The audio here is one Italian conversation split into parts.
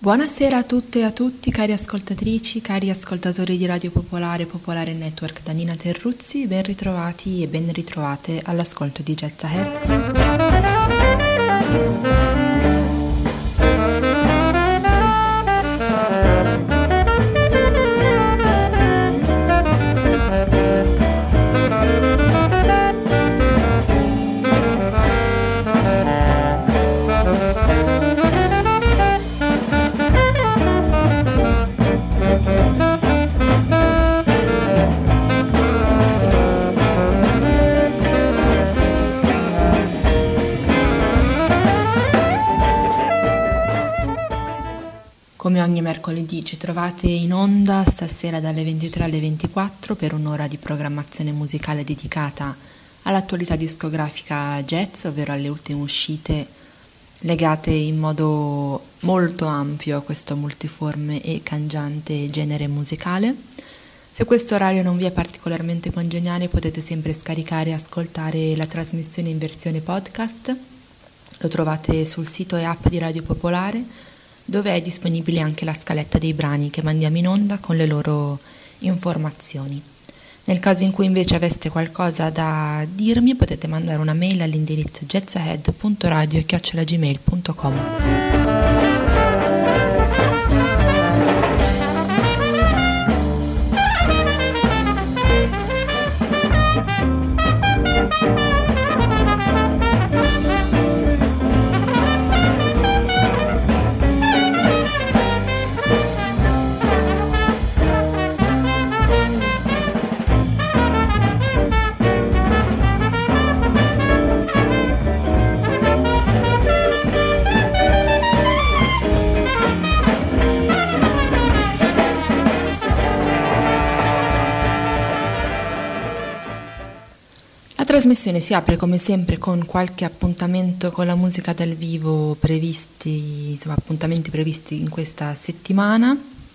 Buonasera a tutte e a tutti, cari ascoltatrici, cari ascoltatori di Radio Popolare, Popolare Network da Nina Terruzzi, ben ritrovati e ben ritrovate all'ascolto di Jazz Ahead. Come ogni mercoledì ci trovate in onda stasera dalle 23 alle 24 per un'ora di programmazione musicale dedicata all'attualità discografica jazz, ovvero alle ultime uscite legate in modo molto ampio a questo multiforme e cangiante genere musicale. Se questo orario non vi è particolarmente congeniale potete sempre scaricare e ascoltare la trasmissione in versione podcast, lo trovate sul sito e app di Radio Popolare, dove è disponibile anche la scaletta dei brani che mandiamo in onda con le loro informazioni. Nel caso in cui invece aveste qualcosa da dirmi potete mandare una mail all'indirizzo jazzahead.radio@gmail.com. La trasmissione si apre come sempre con qualche appuntamento con la musica dal vivo appuntamenti previsti in questa settimana.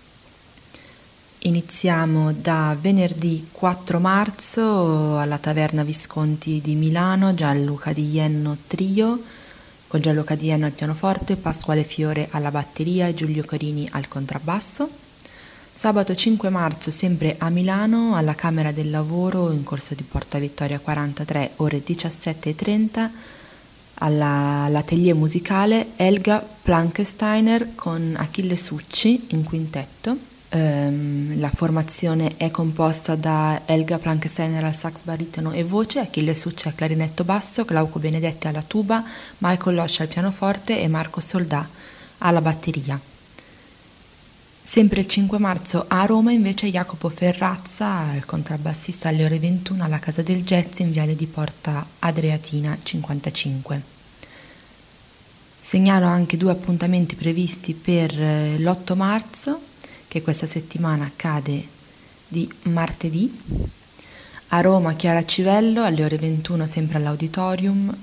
Iniziamo da venerdì 4 marzo alla Taverna Visconti di Milano, Gianluca Di Jenno Trio, con Gianluca Di Jenno al pianoforte, Pasquale Fiore alla batteria e Giulio Corini al contrabbasso. Sabato 5 marzo, sempre a Milano, alla Camera del Lavoro, in corso di Porta Vittoria 43, ore 17:30, all'atelier musicale Elga Plankesteiner con Achille Succi in quintetto. La formazione è composta da Elga Plankesteiner al sax baritono e voce, Achille Succi al clarinetto basso, Glauco Benedetti alla tuba, Michael Losch al pianoforte e Marco Soldà alla batteria. Sempre il 5 marzo a Roma invece Jacopo Ferrazza, il contrabbassista, alle ore 21 alla Casa del Jazz in Viale di Porta Adriatina 55. Segnalo anche 2 appuntamenti previsti per l'8 marzo, che questa settimana accade di martedì. A Roma Chiara Civello alle ore 21 sempre all'Auditorium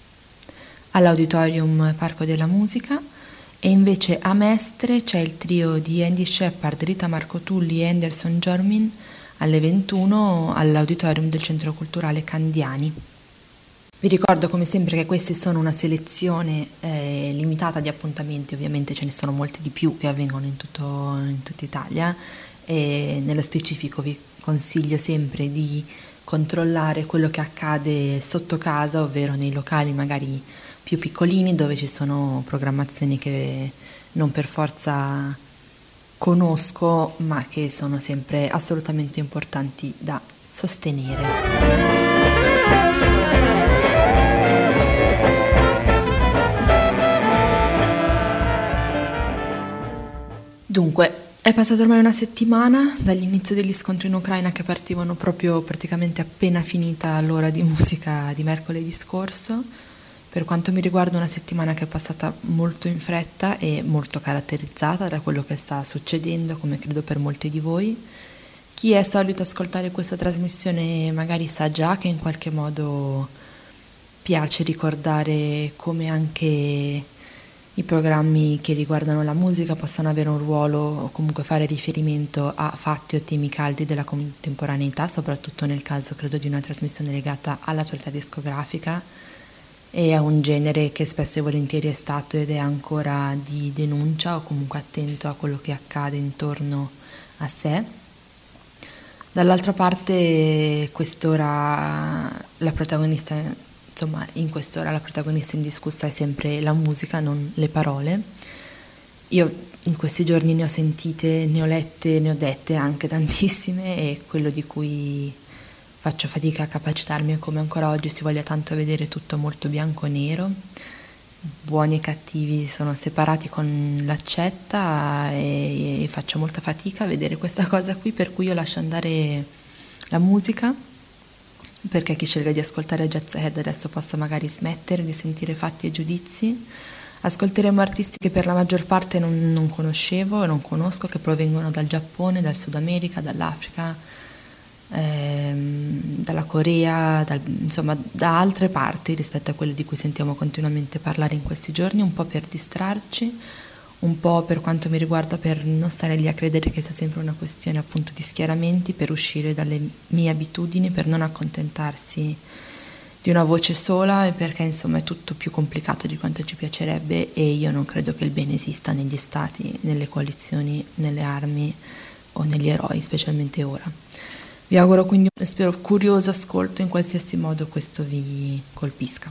Parco della Musica. E invece a Mestre c'è il trio di Andy Shepard, Rita Marcotulli e Anderson Jormin alle 21 all'Auditorium del Centro Culturale Candiani. Vi ricordo come sempre che queste sono una selezione limitata di appuntamenti, ovviamente ce ne sono molti di più che avvengono in tutta Italia, e nello specifico vi consiglio sempre di controllare quello che accade sotto casa, ovvero nei locali magari più piccolini dove ci sono programmazioni che non per forza conosco ma che sono sempre assolutamente importanti da sostenere. Dunque, è passata ormai una settimana dall'inizio degli scontri in Ucraina, che partivano proprio praticamente appena finita l'ora di musica di mercoledì scorso. Per quanto mi riguarda una settimana che è passata molto in fretta e molto caratterizzata da quello che sta succedendo, come credo per molti di voi. Chi è solito ascoltare questa trasmissione magari sa già che in qualche modo piace ricordare come anche i programmi che riguardano la musica possano avere un ruolo o comunque fare riferimento a fatti o temi caldi della contemporaneità, soprattutto nel caso credo di una trasmissione legata all'attualità discografica. e a un genere che spesso e volentieri è stato ed è ancora di denuncia o comunque attento a quello che accade intorno a sé. Dall'altra parte quest'ora la protagonista, insomma in quest'ora la protagonista indiscussa è sempre la musica, non le parole. Io in questi giorni ne ho sentite, ne ho lette, ne ho dette anche tantissime e quello di cui faccio fatica a capacitarmi è come ancora oggi si voglia tanto vedere tutto molto bianco e nero, buoni e cattivi sono separati con l'accetta e faccio molta fatica a vedere questa cosa qui, per cui io lascio andare la musica, perché chi sceglie di ascoltare Jazz Head adesso possa magari smettere di sentire fatti e giudizi. Ascolteremo artisti che per la maggior parte non conoscevo e non conosco, che provengono dal Giappone, dal Sud America, dall'Africa, dalla Corea, insomma da altre parti rispetto a quelle di cui sentiamo continuamente parlare in questi giorni, un po' per distrarci, un po' per quanto mi riguarda per non stare lì a credere che sia sempre una questione appunto di schieramenti, per uscire dalle mie abitudini, per non accontentarsi di una voce sola e perché insomma è tutto più complicato di quanto ci piacerebbe e io non credo che il bene esista negli stati, nelle coalizioni, nelle armi o negli eroi, specialmente ora. Vi auguro quindi un spero curioso ascolto, in qualsiasi modo questo vi colpisca.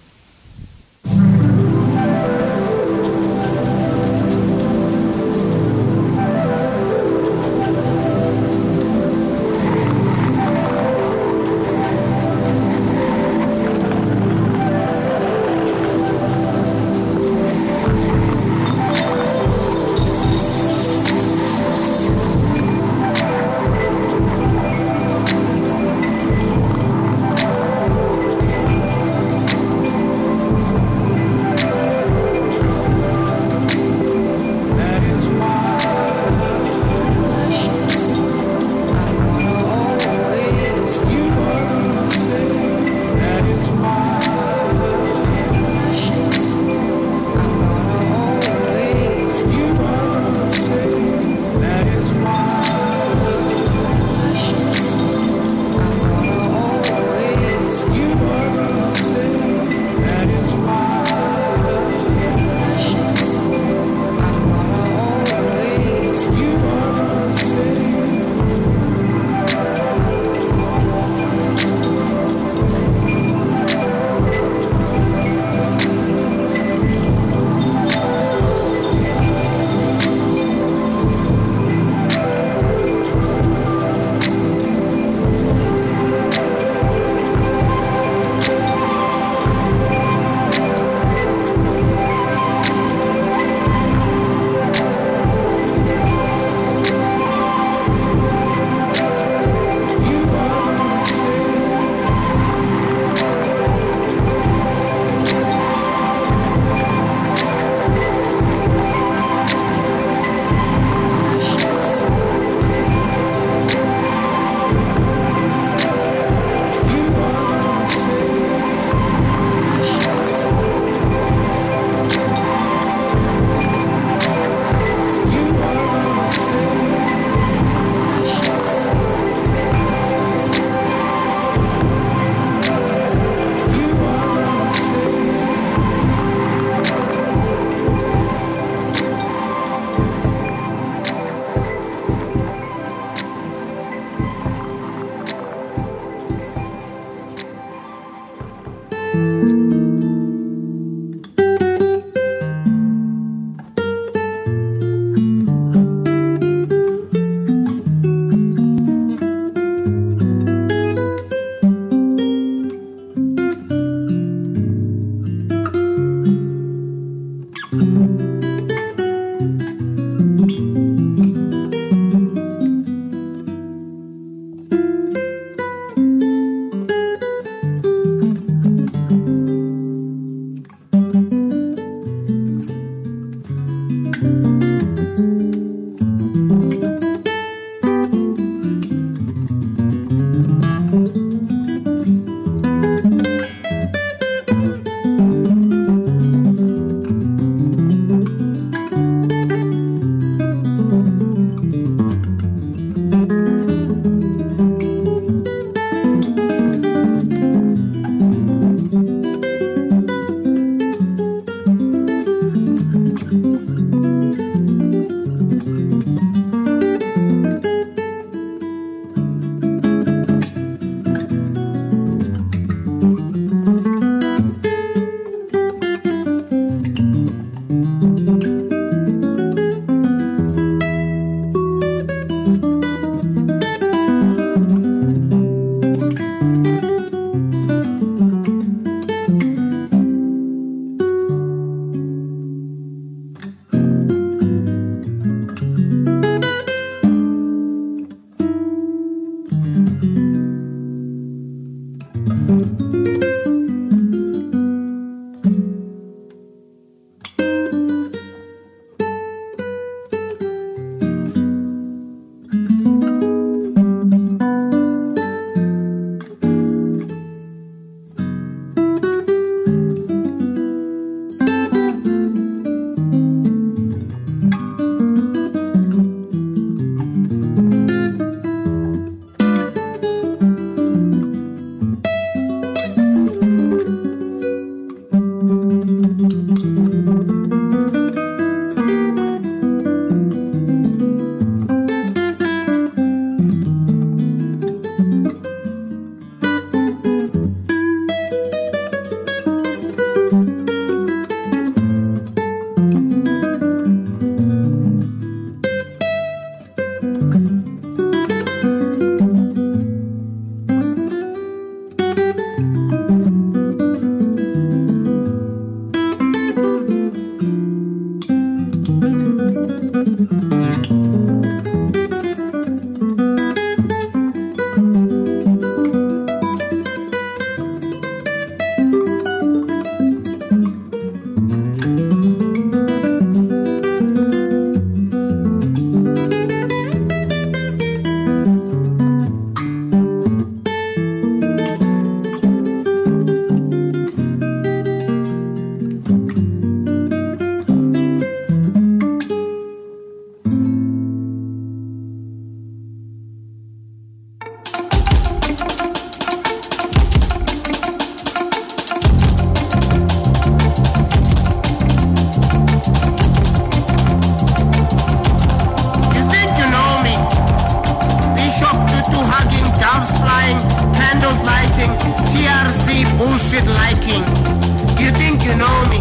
bullshit liking. You think you know me.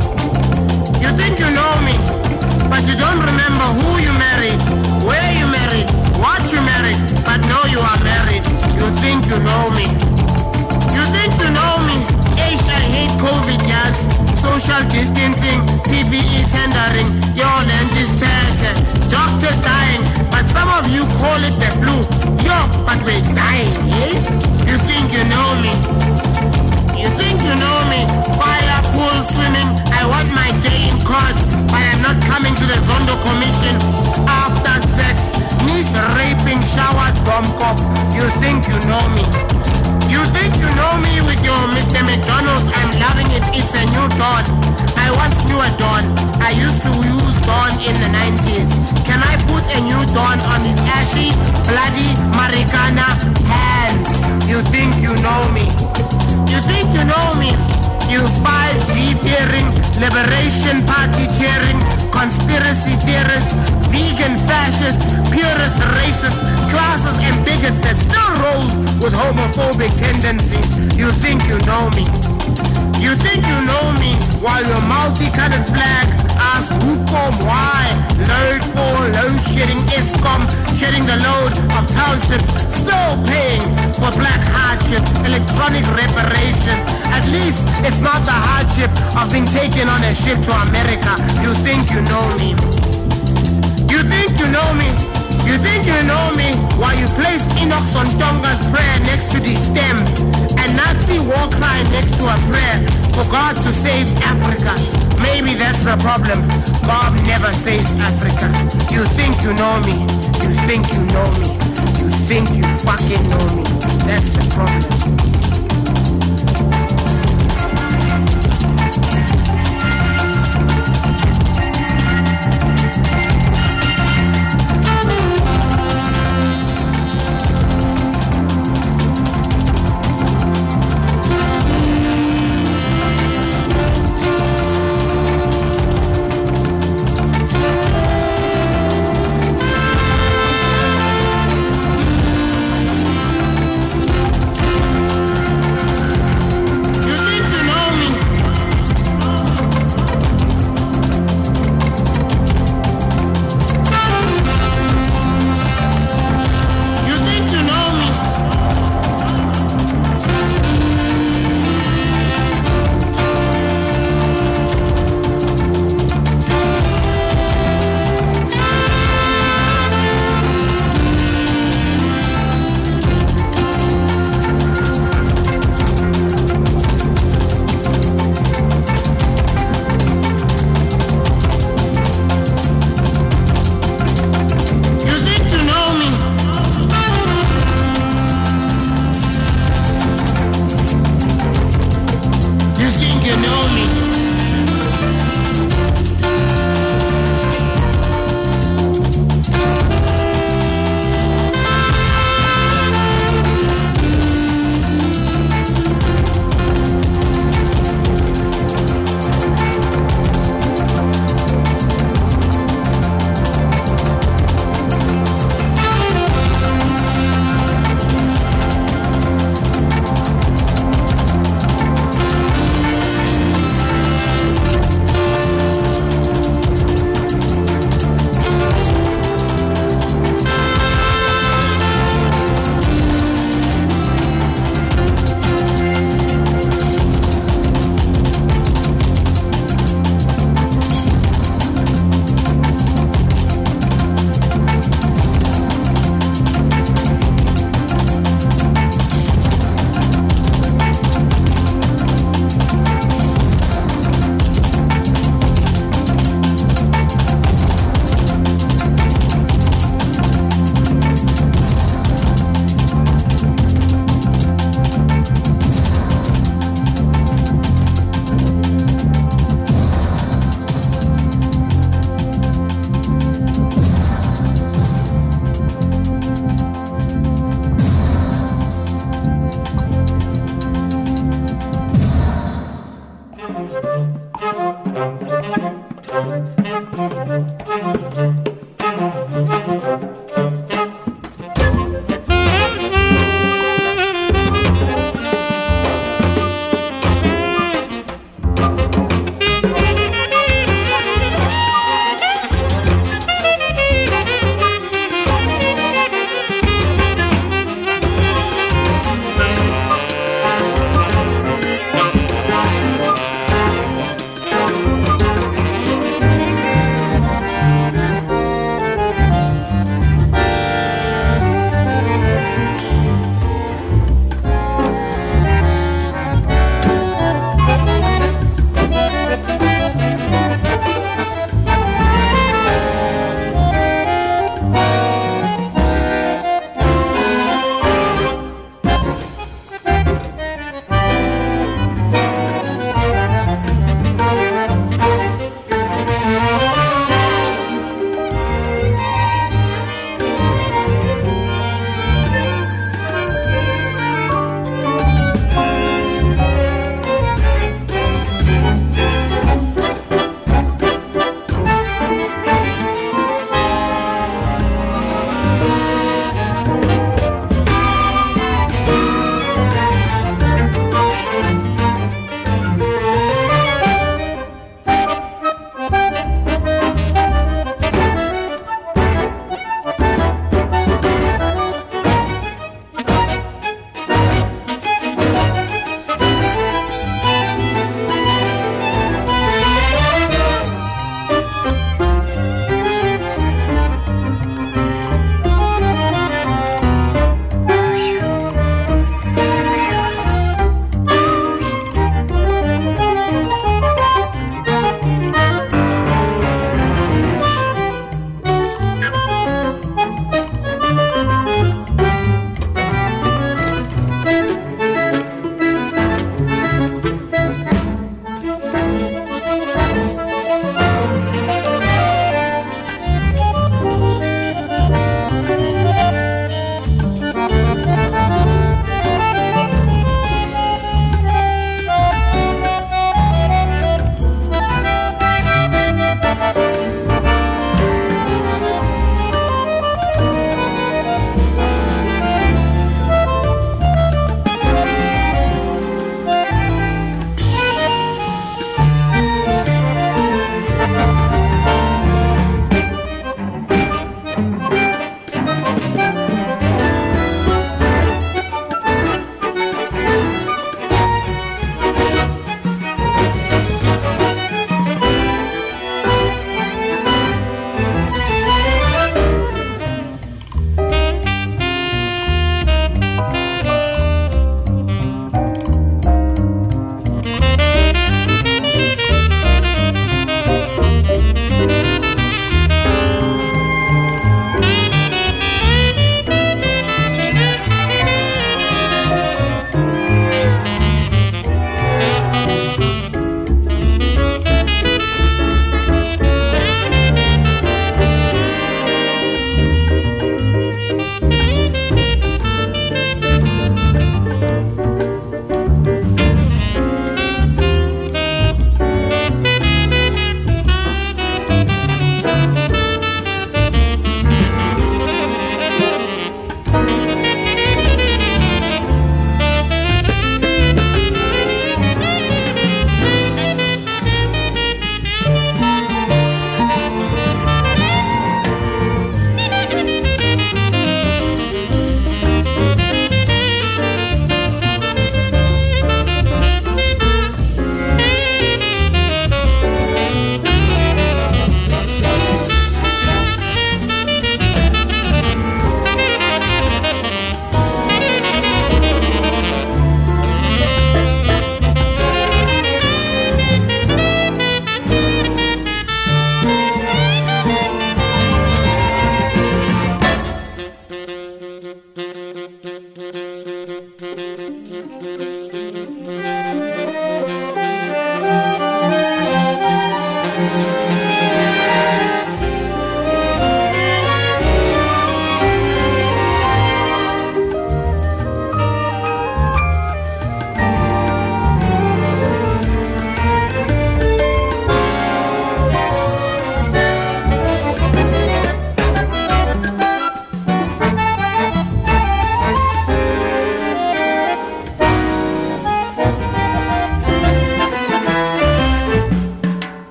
You think you know me. But you don't remember who you married, where you married, what you married. But no, you are married. You think you know me. You think you know me. I hate COVID, yes. Social distancing, PPE tendering, your land is better. Doctors dying, but some of you call it the flu. Yo, but we're dying, eh? You think you know me. You think you know me. Fire, pool, swimming. I want my day in court, but I'm not coming to the Zondo Commission. After sex, niece raping, showered bomb cop. You think you know me. You think you know me with your Mr. McDonald's. I'm loving it. It's a new dawn. I once knew a dawn. I used to use dawn in the 90s. Can I put a new dawn on these ashy, bloody Marikana hands? You think you know me. You think you know me. You 5G fearing, liberation party cheering, conspiracy theorist, vegan fascist, purist racist, classes and bigots that still roll with homophobic tendencies. You think you know me. You think you know me while your multicolored flag asks who come why. Load for load shedding ESCOM, shedding the load of townships, still paying for black hardship, electronic reparations. At least it's not the hardship of being taken on a ship to America. You think you know me. You think you know me. You think you know me while you place Enoch Sontonga's prayer next to the stem, a Nazi war cry next to a prayer for God to save Africa. Maybe that's the problem. God never saves Africa. You think you know me. You think you know me. You think you fucking know me. That's the problem.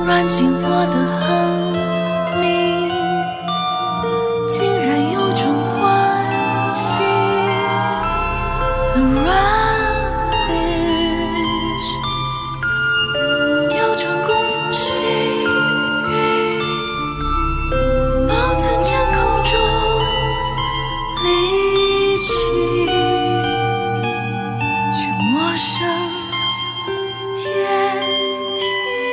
软进我的横鸣，竟然有种欢喜的 rubbish， 调转供奉细雨，保存天空中离奇，却陌生天梯。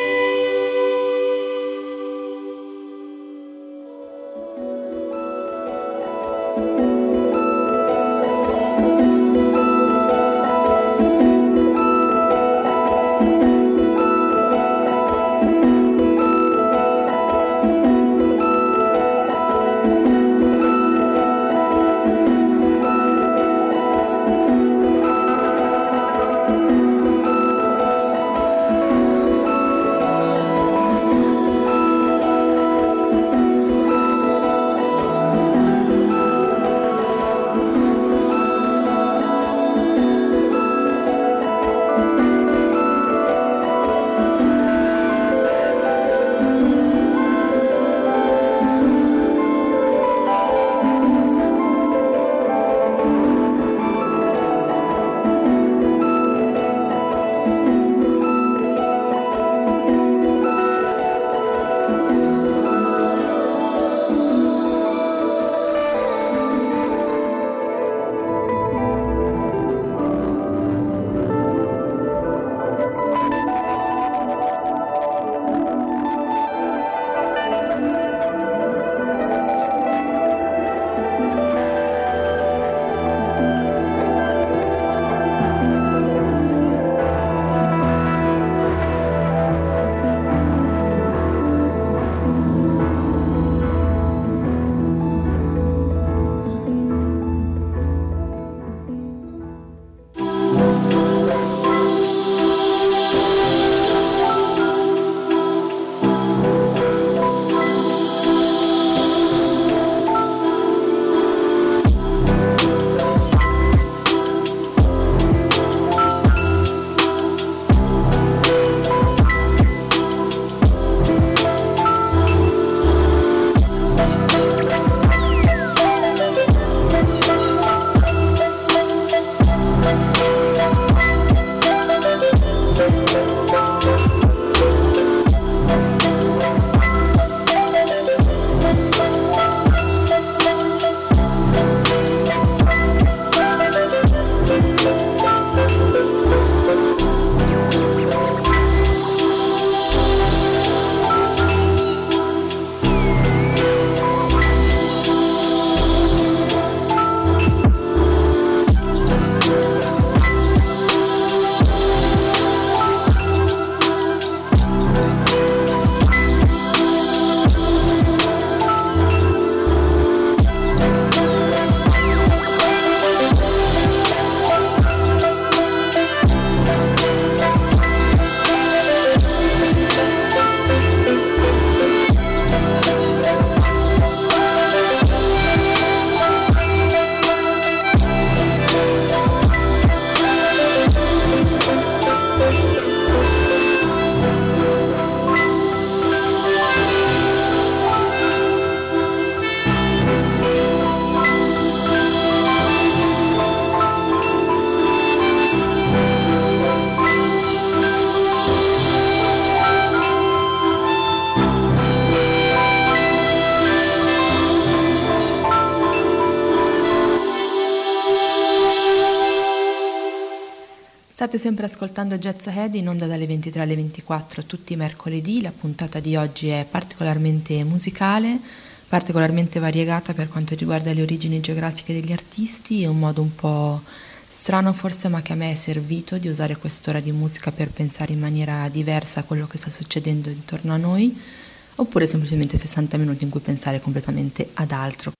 State sempre ascoltando Jazz Ahead in onda dalle 23 alle 24 tutti i mercoledì. La puntata di oggi è particolarmente musicale, particolarmente variegata per quanto riguarda le origini geografiche degli artisti, è un modo un po' strano forse, ma che a me è servito di usare quest'ora di musica per pensare in maniera diversa a quello che sta succedendo intorno a noi, oppure semplicemente 60 minuti in cui pensare completamente ad altro.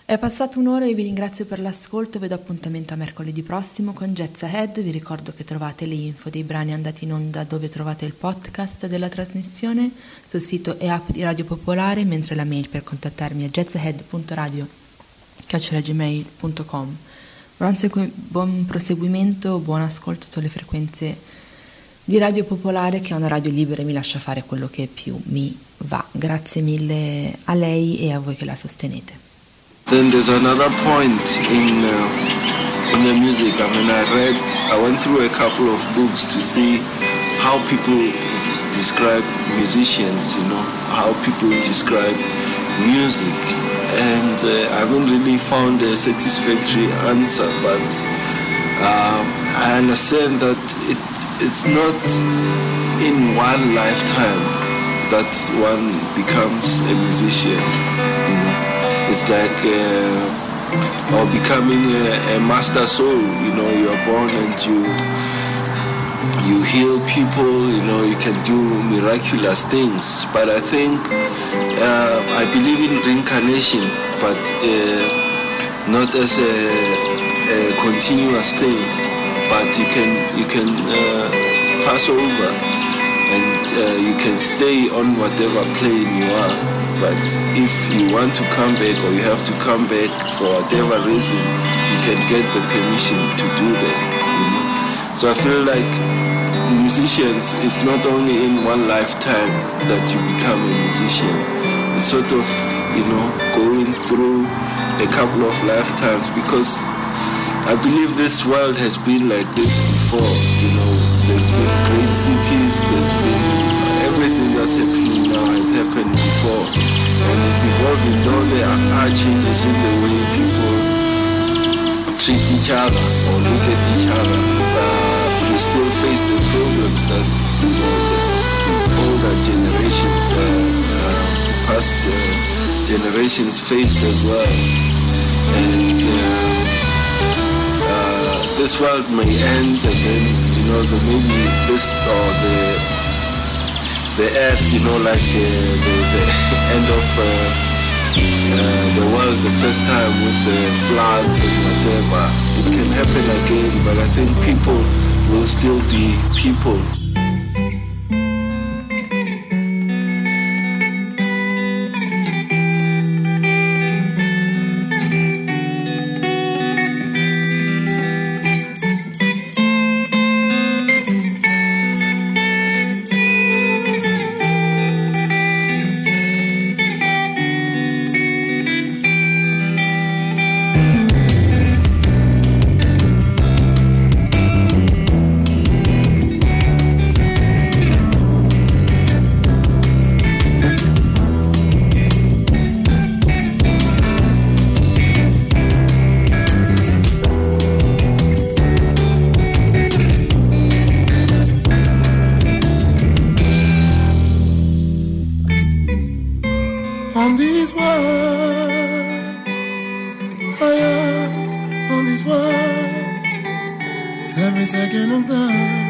È passata un'ora e vi ringrazio per l'ascolto. Vi do appuntamento a mercoledì prossimo con Jazz Ahead. Vi ricordo che trovate le info dei brani andati in onda dove trovate il podcast della trasmissione, sul sito e app di Radio Popolare, mentre la mail per contattarmi è jazzahead.radio@gmail.com. Buon proseguimento, buon ascolto sulle frequenze di Radio Popolare, che è una radio libera e mi lascia fare quello che più mi va. Grazie mille a lei e a voi che la sostenete. Then there's another point in the music. I mean, I went through a couple of books to see how people describe musicians, you know, how people describe music. And I haven't really found a satisfactory answer, but I understand that it's not in one lifetime that one becomes a musician, you know. It's like or becoming a master soul, you know. You are born and you heal people, you know. You can do miraculous things. But I think I believe in reincarnation, but not as a continuous thing. But you can pass over, and you can stay on whatever plane you are. But if you want to come back, or you have to come back for whatever reason, you can get the permission to do that, you know. So I feel like musicians, it's not only in one lifetime that you become a musician. It's sort of, you know, going through a couple of lifetimes, because I believe this world has been like this before, you know. There's been great cities, there's been everything that's happening now has happened before, and it's evolving. Though there are changes in the way people treat each other or look at each other, we still face the problems that, you know, the older generations, past generations faced as well. And this world may end, and then, you know, maybe this or the earth, you know, like the end of the world the first time with the floods and whatever. It can happen again, but I think people will still be people. On these words, I am on these words, every second of time.